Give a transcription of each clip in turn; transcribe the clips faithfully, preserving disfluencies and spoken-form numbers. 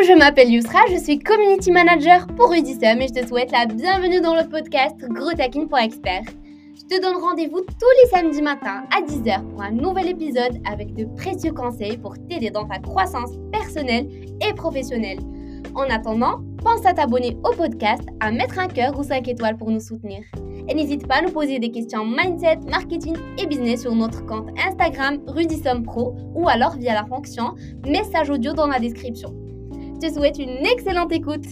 je m'appelle Yousra, je suis Community Manager pour Rudisum et je te souhaite la bienvenue dans le podcast Growth-Hacking.expert. Je te donne rendez-vous tous les samedis matins à dix heures pour un nouvel épisode avec de précieux conseils pour t'aider dans ta croissance personnelle et professionnelle. En attendant, pense à t'abonner au podcast, à mettre un cœur ou cinq étoiles pour nous soutenir. Et n'hésite pas à nous poser des questions mindset, marketing et business sur notre compte Instagram Rudisum Pro ou alors via la fonction message audio dans la description. Je te souhaite une excellente écoute.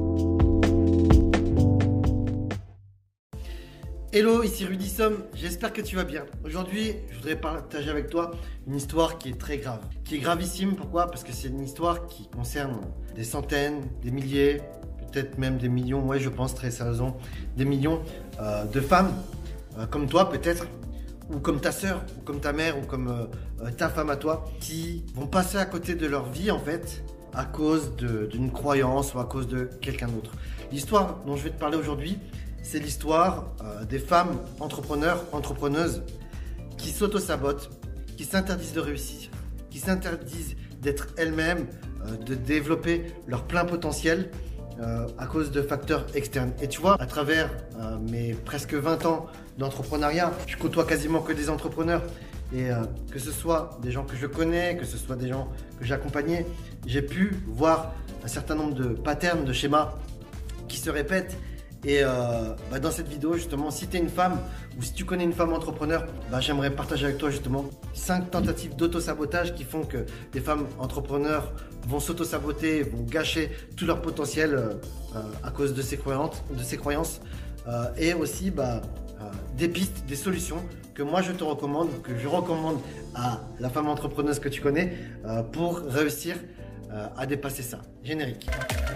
Hello, ici Rudisum, j'espère que tu vas bien. Aujourd'hui, je voudrais partager avec toi une histoire qui est très grave, qui est gravissime. Pourquoi ? Parce que c'est une histoire qui concerne des centaines, des milliers, peut-être même des millions, ouais je pense très sérieusement, des millions euh, de femmes, euh, comme toi peut-être, ou comme ta sœur, ou comme ta mère, ou comme euh, ta femme à toi, qui vont passer à côté de leur vie en fait, à cause d'une croyance ou à cause de quelqu'un d'autre. L'histoire dont je vais te parler aujourd'hui, c'est l'histoire euh, des femmes entrepreneurs, entrepreneuses qui s'auto-sabotent, qui s'interdisent de réussir, qui s'interdisent d'être elles-mêmes, euh, de développer leur plein potentiel euh, à cause de facteurs externes. Et tu vois, à travers euh, mes presque vingt ans d'entrepreneuriat, je côtoie quasiment que des entrepreneurs. Et euh, que ce soit des gens que je connais, que ce soit des gens que j'ai accompagnés, j'ai pu voir un certain nombre de patterns, de schémas qui se répètent. Et euh, bah dans cette vidéo, justement, si tu es une femme ou si tu connais une femme entrepreneur, bah j'aimerais partager avec toi justement cinq tentatives d'auto-sabotage qui font que des femmes entrepreneurs vont s'auto-saboter, vont gâcher tout leur potentiel euh, euh, à cause de ces croyances, de ces croyances. Euh, et aussi bah, euh, des pistes, des solutions que moi je te recommande, que je recommande à la femme entrepreneuse que tu connais euh, pour réussir euh, à dépasser ça. Générique.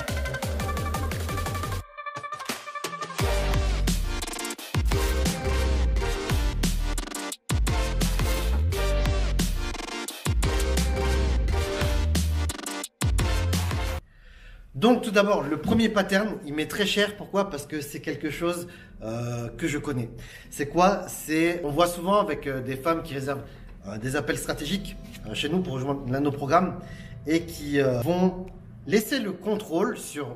Donc tout d'abord, le premier pattern, il m'est très cher. Pourquoi ? Parce que c'est quelque chose euh, que je connais. C'est quoi ? C'est, on voit souvent avec euh, des femmes qui réservent euh, des appels stratégiques euh, chez nous pour rejoindre l'un de nos programmes et qui euh, vont laisser le contrôle sur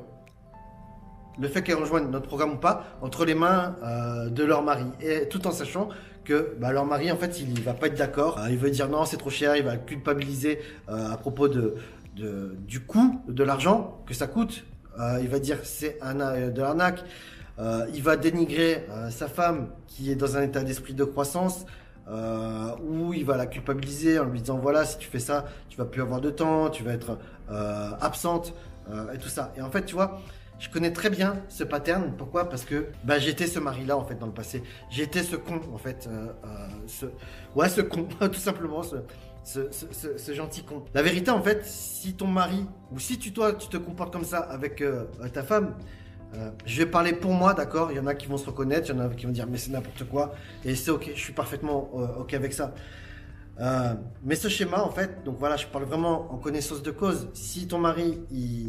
le fait qu'elles rejoignent notre programme ou pas entre les mains euh, de leur mari, et tout en sachant que bah, leur mari en fait il ne va pas être d'accord, euh, il veut dire non c'est trop cher, il va culpabiliser euh, à propos de De, du coût de l'argent que ça coûte, euh, il va dire c'est un, de l'arnaque, euh, il va dénigrer euh, sa femme qui est dans un état d'esprit de croissance, euh, ou il va la culpabiliser en lui disant voilà si tu fais ça tu vas plus avoir de temps, tu vas être euh, absente euh, et tout ça. Et en fait tu vois, je connais très bien ce pattern. Pourquoi ? Parce que bah, j'étais ce mari-là en fait dans le passé, j'étais ce con en fait, euh, euh, ce... ouais ce con tout simplement, ce Ce, ce, ce, ce gentil con. La vérité en fait, si ton mari ou si tu toi tu te comportes comme ça avec euh, ta femme, euh, je vais parler pour moi, d'accord ? Il y en a qui vont se reconnaître, il y en a qui vont dire mais c'est n'importe quoi, et c'est ok, je suis parfaitement euh, ok avec ça. Euh, mais ce schéma en fait, donc voilà, je parle vraiment en connaissance de cause. Si ton mari il,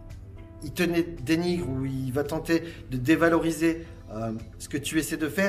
il te dénigre ou il va tenter de dévaloriser euh, ce que tu essaies de faire,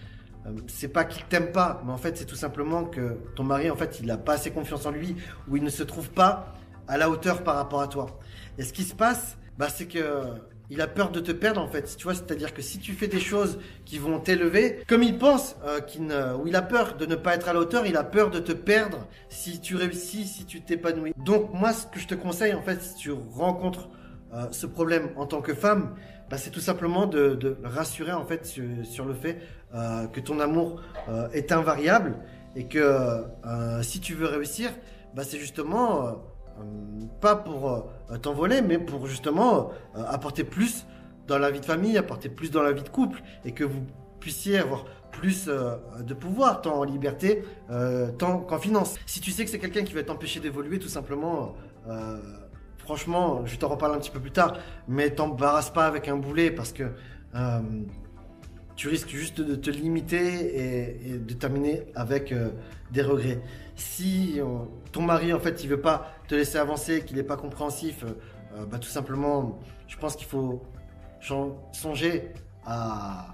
c'est pas qu'il t'aime pas, mais en fait c'est tout simplement que ton mari en fait il a pas assez confiance en lui, ou il ne se trouve pas à la hauteur par rapport à toi. Et ce qui se passe, bah, c'est que il a peur de te perdre en fait, tu vois, c'est-à-dire que si tu fais des choses qui vont t'élever, comme il pense euh, qu'il ne, ou il a peur de ne pas être à la hauteur, il a peur de te perdre si tu réussis, si tu t'épanouis. Donc moi ce que je te conseille en fait, si tu rencontres euh, ce problème en tant que femme, bah, c'est tout simplement de, de rassurer en fait sur, sur le fait euh, que ton amour euh, est invariable, et que euh, si tu veux réussir, bah, c'est justement euh, pas pour euh, t'envoler, mais pour justement euh, apporter plus dans la vie de famille, apporter plus dans la vie de couple, et que vous puissiez avoir plus euh, de pouvoir, tant en liberté, euh, tant qu'en finance. Si tu sais que c'est quelqu'un qui va t'empêcher d'évoluer, tout simplement, euh, franchement, je t'en reparle un petit peu plus tard, mais t'embarrasse pas avec un boulet, parce que euh, tu risques juste de te limiter et, et de terminer avec euh, des regrets. Si euh, ton mari, en fait, il veut pas te laisser avancer, qu'il n'est pas compréhensif, euh, bah, tout simplement, je pense qu'il faut songer à,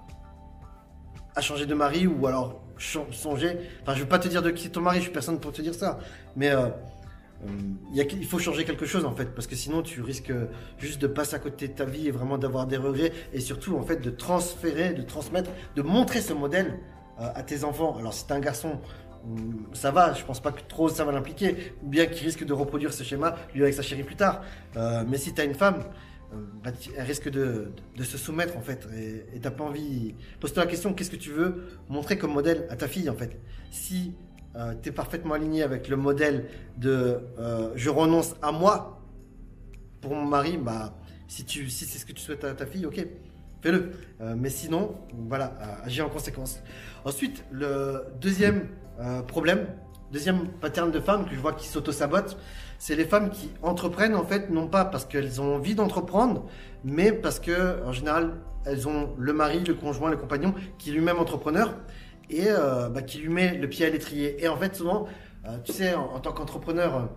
à changer de mari, ou alors songer, enfin, je veux pas te dire de qui est ton mari, je suis personne pour te dire ça, mais euh, euh, il, y a, il faut changer quelque chose en fait, parce que sinon tu risques juste de passer à côté de ta vie et vraiment d'avoir des regrets, et surtout en fait de transférer, de transmettre, de montrer ce modèle euh, à tes enfants. Alors si t'es un garçon, ça va, je pense pas que trop ça va l'impliquer, bien qu'il risque de reproduire ce schéma lui avec sa chérie plus tard. Euh, mais si tu as une femme, euh, bah, elle risque de, de, de se soumettre en fait, et t'as pas envie. Pose-toi la question, qu'est-ce que tu veux montrer comme modèle à ta fille en fait? Si euh, tu es parfaitement aligné avec le modèle de euh, je renonce à moi pour mon mari, bah si, tu, si c'est ce que tu souhaites à ta fille, ok, fais-le. Euh, mais sinon, voilà, euh, agis en conséquence. Ensuite, le deuxième euh, problème, deuxième pattern de femmes que je vois qui s'auto-sabotent, c'est les femmes qui entreprennent en fait, non pas parce qu'elles ont envie d'entreprendre, mais parce que en général, elles ont le mari, le conjoint, le compagnon qui est lui-même entrepreneur et euh, bah, qui lui met le pied à l'étrier. Et en fait, souvent, euh, tu sais, en, en tant qu'entrepreneur,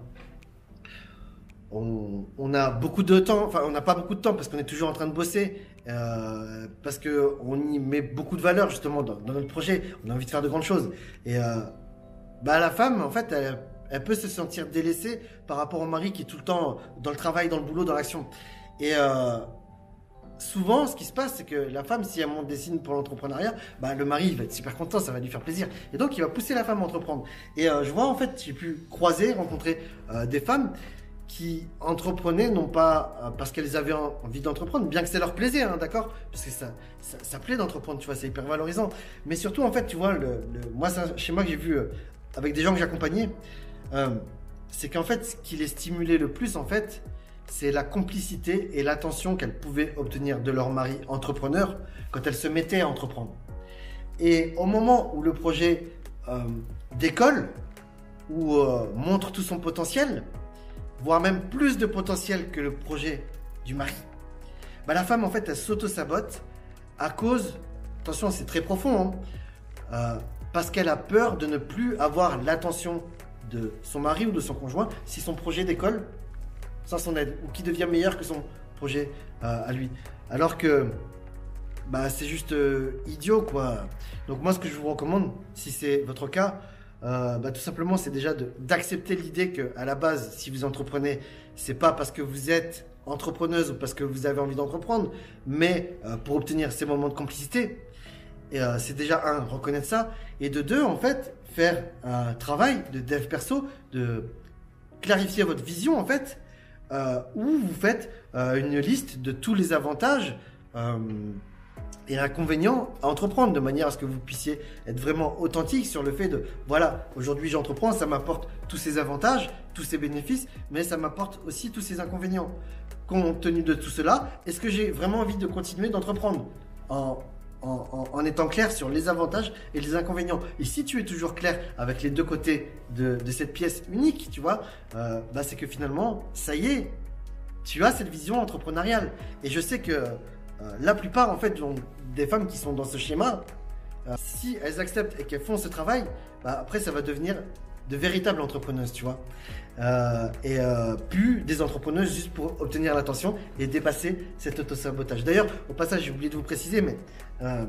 On, on a beaucoup de temps, enfin on n'a pas beaucoup de temps parce qu'on est toujours en train de bosser, euh, parce qu'on y met beaucoup de valeur justement dans, dans notre projet, on a envie de faire de grandes choses. Et euh, bah, la femme, en fait, elle, elle peut se sentir délaissée par rapport au mari qui est tout le temps dans le travail, dans le boulot, dans l'action. Et euh, souvent, ce qui se passe, c'est que la femme, si elle monte des signes pour l'entrepreneuriat, bah, le mari il va être super content, ça va lui faire plaisir. Et donc, il va pousser la femme à entreprendre. Et euh, je vois, en fait, j'ai pu croiser, rencontrer euh, des femmes qui entreprenaient, non pas euh, parce qu'elles avaient envie d'entreprendre, bien que ça leur plaisait, hein, d'accord, parce que ça, ça, ça plaît d'entreprendre, tu vois, c'est hyper valorisant. Mais surtout, en fait, tu vois, le, le, moi, c'est un schéma que j'ai vu euh, avec des gens que j'accompagnais, euh, c'est qu'en fait, ce qui les stimulait le plus, en fait, c'est la complicité et l'attention qu'elles pouvaient obtenir de leur mari entrepreneur quand elles se mettaient à entreprendre. Et au moment où le projet euh, décolle, ou euh, montre tout son potentiel, voire même plus de potentiel que le projet du mari, bah la femme en fait elle s'auto-sabote à cause, attention c'est très profond, hein, euh, parce qu'elle a peur de ne plus avoir l'attention de son mari ou de son conjoint si son projet décolle sans son aide, ou qui devient meilleur que son projet euh, à lui. Alors que bah, c'est juste euh, idiot quoi. Donc moi ce que je vous recommande, si c'est votre cas, Euh, bah, tout simplement c'est déjà d'accepter l'idée que à la base si vous entreprenez c'est pas parce que vous êtes entrepreneuse ou parce que vous avez envie d'entreprendre, mais euh, pour obtenir ces moments de complicité. Et euh, c'est déjà un, reconnaître ça, et de deux en fait faire un travail de dev perso, de clarifier votre vision en fait, euh, où vous faites euh, une liste de tous les avantages euh, et inconvénients à entreprendre, de manière à ce que vous puissiez être vraiment authentique sur le fait de voilà, aujourd'hui j'entreprends, ça m'apporte tous ces avantages, tous ces bénéfices, mais ça m'apporte aussi tous ces inconvénients. Compte tenu de tout cela, est-ce que j'ai vraiment envie de continuer d'entreprendre en, en, en, en étant clair sur les avantages et les inconvénients? Et si tu es toujours clair avec les deux côtés de, de cette pièce unique, tu vois, euh, bah c'est que finalement, ça y est, tu as cette vision entrepreneuriale. Et je sais que euh, la plupart en fait des femmes qui sont dans ce schéma, euh, si elles acceptent et qu'elles font ce travail, bah, après ça va devenir de véritables entrepreneuses, tu vois, euh, et euh, plus des entrepreneuses juste pour obtenir l'attention et dépasser cet autosabotage. D'ailleurs, au passage, j'ai oublié de vous préciser, mais euh,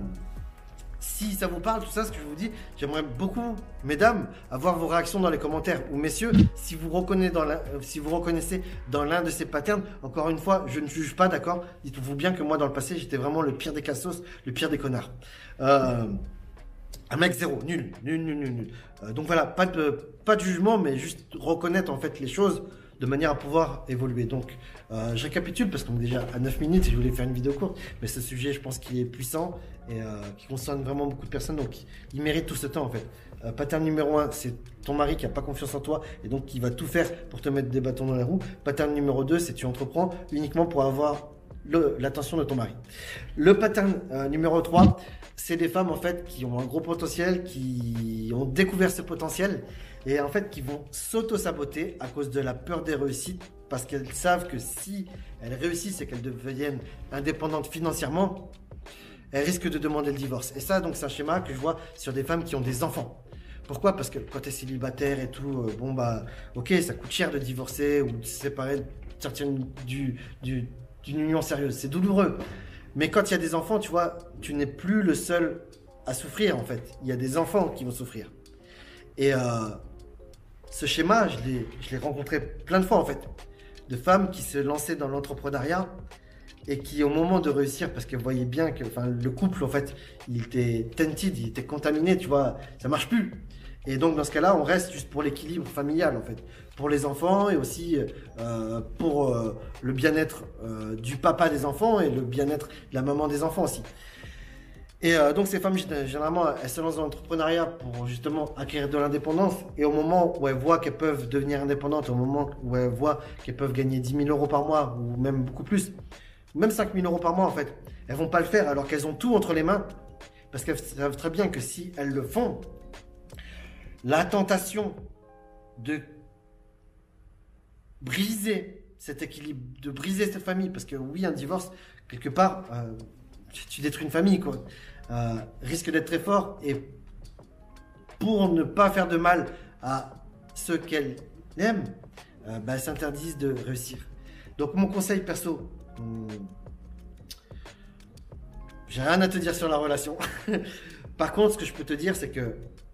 si ça vous parle, tout ça, ce que je vous dis, j'aimerais beaucoup, mesdames, avoir vos réactions dans les commentaires, ou messieurs, si vous reconnaissez dans l'un, si vous reconnaissez dans l'un de ces patterns. Encore une fois, je ne juge pas, d'accord. Dites-vous bien que moi, dans le passé, j'étais vraiment le pire des cassos, le pire des connards. Euh, Un mec zéro, nul, nul, nul, nul, nul. Euh, donc voilà, pas de, pas de jugement, mais juste reconnaître en fait les choses de manière à pouvoir évoluer. Donc, euh, je récapitule parce qu'on est déjà à neuf minutes et je voulais faire une vidéo courte, mais ce sujet, je pense qu'il est puissant et euh, qui concerne vraiment beaucoup de personnes, donc il mérite tout ce temps en fait. Euh, pattern numéro un, c'est ton mari qui n'a pas confiance en toi et donc qui va tout faire pour te mettre des bâtons dans la roue. Pattern numéro deux, c'est tu entreprends uniquement pour avoir l'attention de ton mari. Le pattern euh, numéro trois, c'est des femmes en fait qui ont un gros potentiel, qui ont découvert ce potentiel et en fait qui vont s'auto-saboter à cause de la peur des réussites, parce qu'elles savent que si elles réussissent et qu'elles deviennent indépendantes financièrement, elles risquent de demander le divorce. Et ça, donc, c'est un schéma que je vois sur des femmes qui ont des enfants. Pourquoi? Parce que quand tu es célibataire et tout, euh, bon bah ok, ça coûte cher de divorcer ou de se séparer, de sortir du, du, d'une union sérieuse, c'est douloureux. Mais quand il y a des enfants, tu vois, tu n'es plus le seul à souffrir en fait. Il y a des enfants qui vont souffrir. Et euh, ce schéma, je l'ai, je l'ai rencontré plein de fois en fait, de femmes qui se lançaient dans l'entrepreneuriat et qui au moment de réussir, parce qu'elles voyaient bien que enfin, le couple en fait, il était tainted, il était contaminé, tu vois, ça marche plus. Et donc dans ce cas-là, on reste juste pour l'équilibre familial en fait, pour les enfants et aussi euh, pour euh, le bien-être euh, du papa des enfants et le bien-être de la maman des enfants aussi. Et euh, donc ces femmes, généralement, elles se lancent dans l'entrepreneuriat pour justement acquérir de l'indépendance. Et au moment où elles voient qu'elles peuvent devenir indépendantes, au moment où elles voient qu'elles peuvent gagner dix mille euros par mois ou même beaucoup plus, même cinq mille euros par mois en fait, elles vont pas le faire alors qu'elles ont tout entre les mains. Parce qu'elles savent très bien que si elles le font, la tentation de briser cet équilibre, de briser cette famille, parce que oui, un divorce, quelque part, euh, tu, tu détruis une famille, quoi, euh, risque d'être très fort. Et pour ne pas faire de mal à ceux qu'elle aime, euh, bah, elles s'interdisent de réussir. Donc mon conseil perso, hum, j'ai rien à te dire sur la relation. Par contre, ce que je peux te dire, c'est que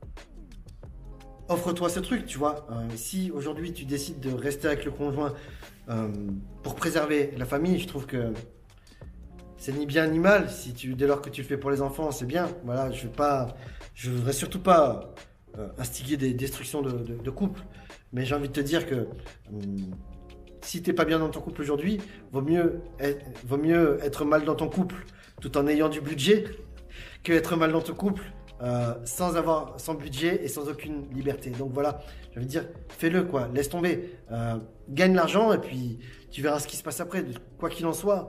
offre-toi ce truc, tu vois. Euh, si aujourd'hui tu décides de rester avec le conjoint euh, pour préserver la famille, je trouve que c'est ni bien ni mal. Si tu, dès lors que tu le fais pour les enfants, c'est bien. Voilà, je ne je voudrais surtout pas euh, instiguer des destructions de, de, de couple. Mais j'ai envie de te dire que euh, si tu n'es pas bien dans ton couple aujourd'hui, vaut mieux, être, vaut mieux être mal dans ton couple tout en ayant du budget que être mal dans ton couple Euh, sans avoir, sans budget et sans aucune liberté. Donc voilà, je veux dire, fais-le quoi, laisse tomber, euh, gagne l'argent et puis tu verras ce qui se passe après. Quoi qu'il en soit,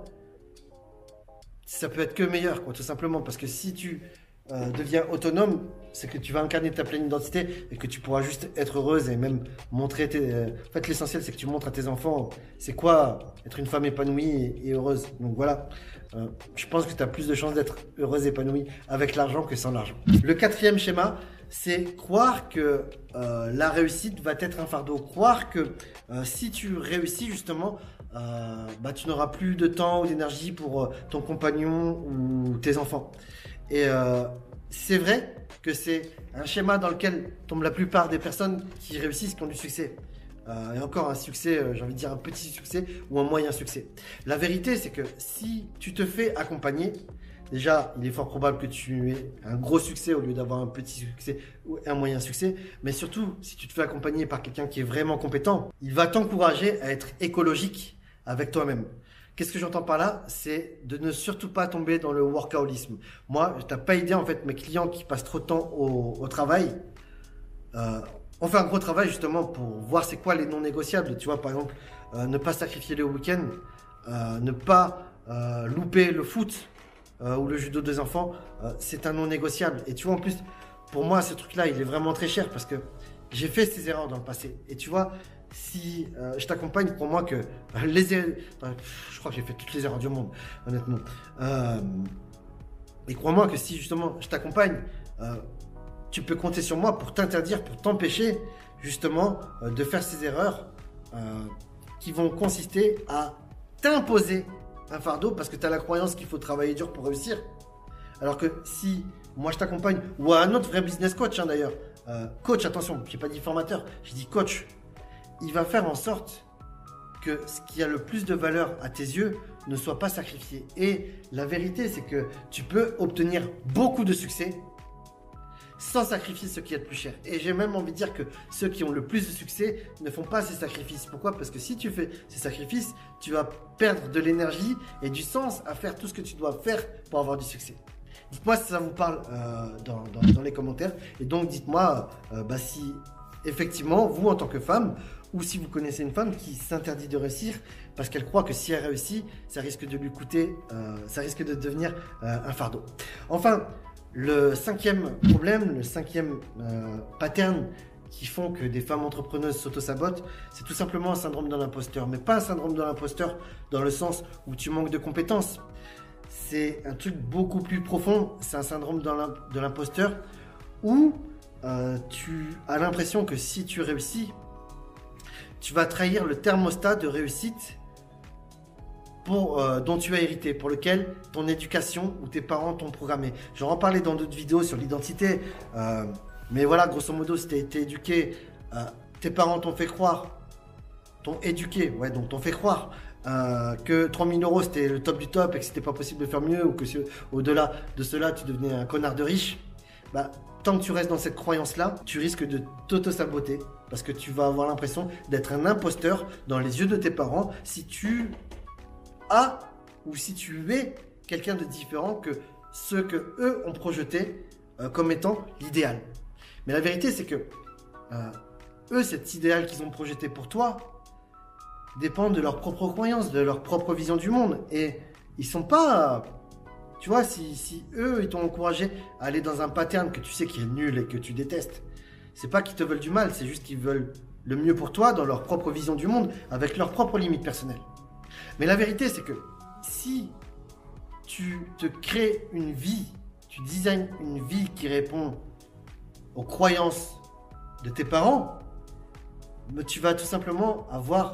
ça peut être que meilleur quoi, tout simplement, parce que si tu euh, deviens autonome, c'est que tu vas incarner ta pleine identité et que tu pourras juste être heureuse et même montrer tes... Euh, en fait, l'essentiel, c'est que tu montres à tes enfants c'est quoi être une femme épanouie et, et heureuse. Donc voilà, euh, je pense que tu as plus de chances d'être heureuse et épanouie avec l'argent que sans l'argent. Le quatrième schéma, c'est croire que euh, la réussite va être un fardeau. Croire que euh, si tu réussis justement, euh, bah, tu n'auras plus de temps ou d'énergie pour euh, ton compagnon ou tes enfants. Et euh, c'est vrai que c'est un schéma dans lequel tombent la plupart des personnes qui réussissent, qui ont du succès. Euh, et encore un succès, euh, j'ai envie de dire un petit succès ou un moyen succès. La vérité, c'est que si tu te fais accompagner, déjà, il est fort probable que tu aies un gros succès au lieu d'avoir un petit succès ou un moyen succès. Mais surtout, si tu te fais accompagner par quelqu'un qui est vraiment compétent, il va t'encourager à être écologique avec toi-même. Qu'est-ce que j'entends par là? C'est de ne surtout pas tomber dans le workaholisme. Moi, tu n'as pas idée, en fait, mes clients qui passent trop de temps au, au travail, euh, on fait un gros travail justement pour voir c'est quoi les non négociables. Tu vois, par exemple, euh, ne pas sacrifier le week-end, euh, ne pas euh, louper le foot euh, ou le judo des enfants, euh, c'est un non négociable. Et tu vois, en plus, pour moi, ce truc-là, il est vraiment très cher parce que j'ai fait ces erreurs dans le passé. Et tu vois, si euh, je t'accompagne, pour moi que euh, les erreurs, enfin, je crois que j'ai fait toutes les erreurs du monde, honnêtement. Euh, et crois-moi que si justement je t'accompagne, euh, tu peux compter sur moi pour t'interdire, pour t'empêcher justement euh, de faire ces erreurs euh, qui vont consister à t'imposer un fardeau parce que tu as la croyance qu'il faut travailler dur pour réussir. Alors que si moi je t'accompagne, ou à un autre vrai business coach hein, d'ailleurs, euh, coach, attention, je n'ai pas dit formateur, je dis coach, il va faire en sorte que ce qui a le plus de valeur à tes yeux ne soit pas sacrifié. Et la vérité, c'est que tu peux obtenir beaucoup de succès sans sacrifier ce qui est le plus cher. Et j'ai même envie de dire que ceux qui ont le plus de succès ne font pas ces sacrifices. Pourquoi? Parce que si tu fais ces sacrifices, tu vas perdre de l'énergie et du sens à faire tout ce que tu dois faire pour avoir du succès. Dites-moi si ça vous parle euh, dans, dans, dans les commentaires. Et donc dites-moi euh, bah, si effectivement, vous en tant que femme, ou si vous connaissez une femme qui s'interdit de réussir parce qu'elle croit que si elle réussit, ça risque de lui coûter, euh, ça risque de devenir euh, un fardeau. Enfin, le cinquième problème, le cinquième euh, pattern qui font que des femmes entrepreneuses s'auto-sabotent, c'est tout simplement un syndrome de l'imposteur. Mais pas un syndrome de l'imposteur dans le sens où tu manques de compétences. C'est un truc beaucoup plus profond. C'est un syndrome de l'imposteur où euh, tu as l'impression que si tu réussis, tu vas trahir le thermostat de réussite pour, euh, dont tu as hérité, pour lequel ton éducation ou tes parents t'ont programmé. J'en ai parlé dans d'autres vidéos sur l'identité, euh, mais voilà, grosso modo, si tu as été éduqué euh, tes parents t'ont fait croire, t'ont éduqué, ouais, donc t'ont fait croire euh, que trois mille euros c'était le top du top et que c'était pas possible de faire mieux ou que au-delà de cela tu devenais un connard de riche, bah, tant que tu restes dans cette croyance-là, tu risques de t'auto-saboter parce que tu vas avoir l'impression d'être un imposteur dans les yeux de tes parents si tu as ou si tu es quelqu'un de différent que ce que eux ont projeté euh, comme étant l'idéal. Mais la vérité, c'est que euh, eux, cet idéal qu'ils ont projeté pour toi dépend de leur propre croyance, de leur propre vision du monde. Et ils sont pas... Tu vois, si, si eux, ils t'ont encouragé à aller dans un pattern que tu sais qui est nul et que tu détestes, c'est pas qu'ils te veulent du mal, c'est juste qu'ils veulent le mieux pour toi dans leur propre vision du monde, avec leurs propres limites personnelles. Mais la vérité, c'est que si tu te crées une vie, tu designes une vie qui répond aux croyances de tes parents, tu vas tout simplement avoir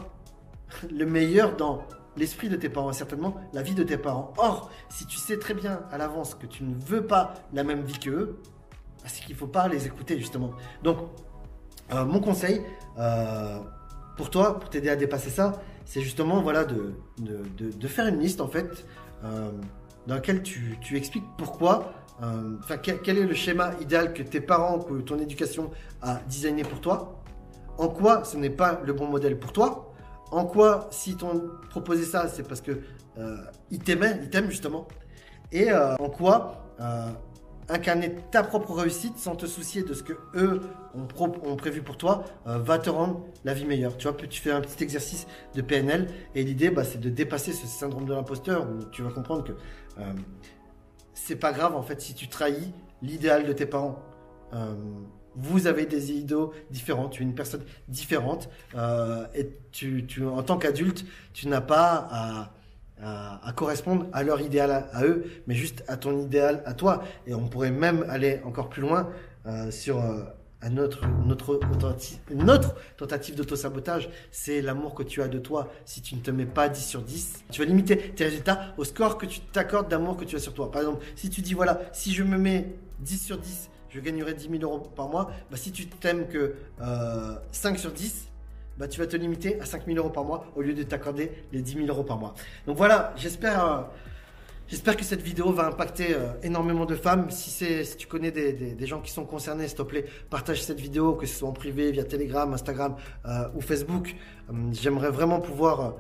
le meilleur dans l'esprit de tes parents, certainement la vie de tes parents. Or, si tu sais très bien à l'avance que tu ne veux pas la même vie qu'eux, c'est qu'il ne faut pas les écouter justement. Donc, euh, mon conseil euh, pour toi, pour t'aider à dépasser ça, c'est justement voilà, de, de, de, de faire une liste en fait, euh, dans laquelle tu, tu expliques pourquoi, euh, enfin, quel, quel est le schéma idéal que tes parents, que ton éducation a designé pour toi, en quoi ce n'est pas le bon modèle pour toi, en quoi, si t'ont proposé ça, c'est parce que euh, ils t'aimaient, ils t'aiment justement, et euh, en quoi euh, incarner ta propre réussite sans te soucier de ce que eux ont, pro- ont prévu pour toi euh, va te rendre la vie meilleure. Tu vois, tu fais un petit exercice de P N L et l'idée, bah, c'est de dépasser ce syndrome de l'imposteur où tu vas comprendre que euh, c'est pas grave en fait si tu trahis l'idéal de tes parents. Euh, Vous avez des idéaux différents, tu es une personne différente euh, et tu, tu, en tant qu'adulte, tu n'as pas à, à, à correspondre à leur idéal à, à eux, mais juste à ton idéal à toi. Et on pourrait même aller encore plus loin euh, sur euh, un autre, notre, une autre tentative d'auto-sabotage, c'est l'amour que tu as de toi. Si tu ne te mets pas dix sur dix, tu vas limiter tes résultats au score que tu t'accordes d'amour que tu as sur toi. Par exemple, si tu dis voilà, si je me mets dix sur dix, je gagnerai dix mille euros par mois. Bah, si tu t'aimes que euh, cinq sur dix, bah, tu vas te limiter à cinq mille euros par mois au lieu de t'accorder les dix mille euros par mois. Donc voilà, j'espère, euh, j'espère que cette vidéo va impacter euh, énormément de femmes. Si, c'est, si tu connais des, des, des gens qui sont concernés, s'il te plaît, partage cette vidéo, que ce soit en privé, via Telegram, Instagram euh, ou Facebook. Euh, j'aimerais vraiment pouvoir euh,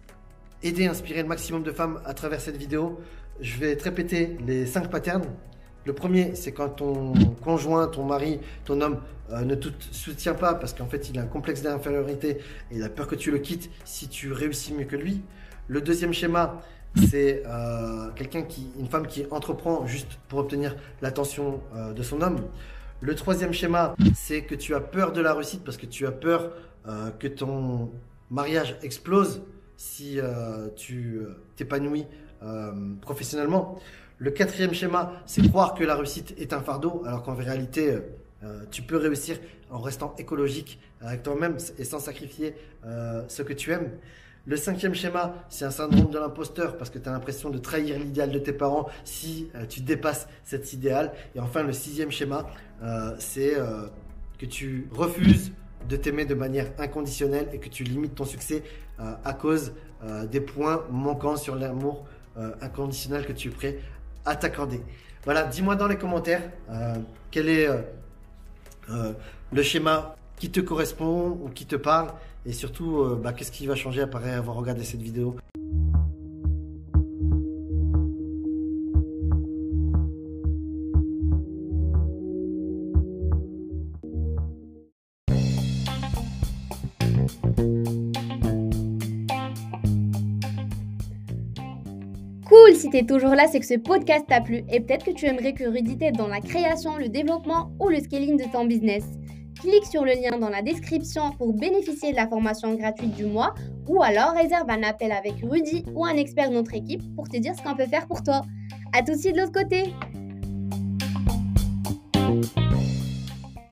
aider, inspirer le maximum de femmes à travers cette vidéo. Je vais te répéter les cinq patterns. Le premier, c'est quand ton conjoint, ton mari, ton homme euh, ne te soutient pas parce qu'en fait, il a un complexe d'infériorité et il a peur que tu le quittes si tu réussis mieux que lui. Le deuxième schéma, c'est euh, quelqu'un qui, une femme qui entreprend juste pour obtenir l'attention euh, de son homme. Le troisième schéma, c'est que tu as peur de la réussite parce que tu as peur euh, que ton mariage explose si euh, tu t'épanouis euh, professionnellement. Le quatrième schéma, c'est croire que la réussite est un fardeau, alors qu'en réalité, euh, tu peux réussir en restant écologique avec toi-même et sans sacrifier euh, ce que tu aimes. Le cinquième schéma, c'est un syndrome de l'imposteur parce que tu as l'impression de trahir l'idéal de tes parents si euh, tu dépasses cet idéal. Et enfin, le sixième schéma, euh, c'est euh, que tu refuses de t'aimer de manière inconditionnelle et que tu limites ton succès euh, à cause euh, des points manquants sur l'amour euh, inconditionnel que tu es prêt à t'accorder. Voilà, dis-moi dans les commentaires euh, quel est euh, euh, le schéma qui te correspond ou qui te parle et surtout euh, bah, qu'est-ce qui va changer après avoir regardé cette vidéo. Cool, si t'es toujours là, c'est que ce podcast t'a plu et peut-être que tu aimerais que Rudy t'aide dans la création, le développement ou le scaling de ton business. Clique sur le lien dans la description pour bénéficier de la formation gratuite du mois ou alors réserve un appel avec Rudy ou un expert de notre équipe pour te dire ce qu'on peut faire pour toi. À tout de suite de l'autre côté.